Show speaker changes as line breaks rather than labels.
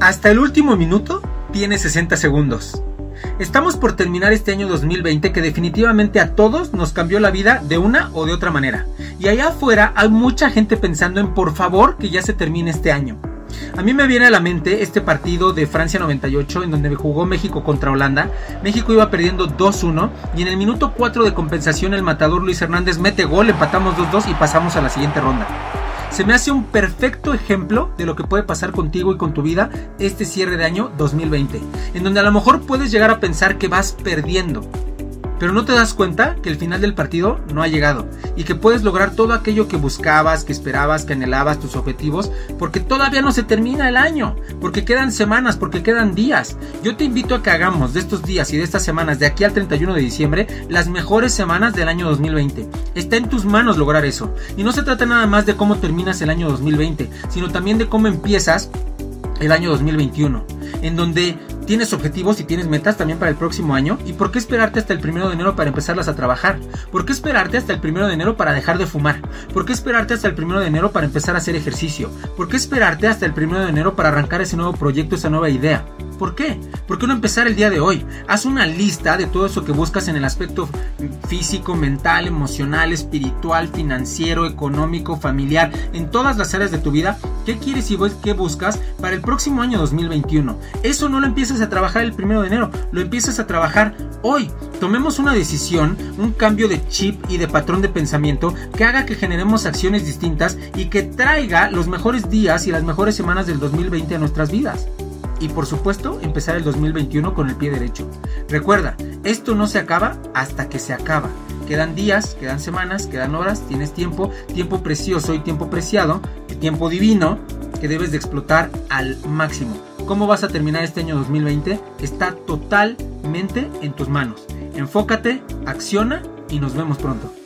Hasta el último minuto tiene 60 segundos. Estamos por terminar este año 2020 que definitivamente a todos nos cambió la vida de una o de otra manera. Y allá afuera hay mucha gente pensando en por favor que ya se termine este año. A mí me viene a la mente este partido de Francia 98 en donde jugó México contra Holanda. México iba perdiendo 2-1 y en el minuto 4 de compensación el matador Luis Hernández mete gol, empatamos 2-2 y pasamos a la siguiente ronda. Se me hace un perfecto ejemplo de lo que puede pasar contigo y con tu vida este cierre de año 2020, en donde a lo mejor puedes llegar a pensar que vas perdiendo, pero no te das cuenta que el final del partido no ha llegado y que puedes lograr todo aquello que buscabas, que esperabas, que anhelabas, tus objetivos, porque todavía no se termina el año, porque quedan semanas, porque quedan días. Yo te invito a que hagamos de estos días y de estas semanas, de aquí al 31 de diciembre, las mejores semanas del año 2020. Está en tus manos lograr eso. Y no se trata nada más de cómo terminas el año 2020, sino también de cómo empiezas el año 2021, en donde tienes objetivos y tienes metas también para el próximo año. ¿Y por qué esperarte hasta el 1 de enero para empezarlas a trabajar? ¿Por qué esperarte hasta el 1 de enero para dejar de fumar? ¿Por qué esperarte hasta el 1 de enero para empezar a hacer ejercicio? ¿Por qué esperarte hasta el 1 de enero para arrancar ese nuevo proyecto, esa nueva idea? ¿Por qué? ¿Por qué no empezar el día de hoy? Haz una lista de todo eso que buscas en el aspecto físico, mental, emocional, espiritual, financiero, económico, familiar, en todas las áreas de tu vida. ¿Qué quieres y qué buscas para el próximo año 2021? Eso no lo empiezas a trabajar el 1 de enero, lo empiezas a trabajar hoy. Tomemos una decisión, un cambio de chip y de patrón de pensamiento que haga que generemos acciones distintas y que traiga los mejores días y las mejores semanas del 2020 a nuestras vidas. Y por supuesto, empezar el 2021 con el pie derecho. Recuerda, esto no se acaba hasta que se acaba. Quedan días, quedan semanas, quedan horas, tienes tiempo precioso y tiempo preciado, tiempo divino que debes de explotar al máximo. ¿Cómo vas a terminar este año 2020? Está totalmente en tus manos. Enfócate, acciona y nos vemos pronto.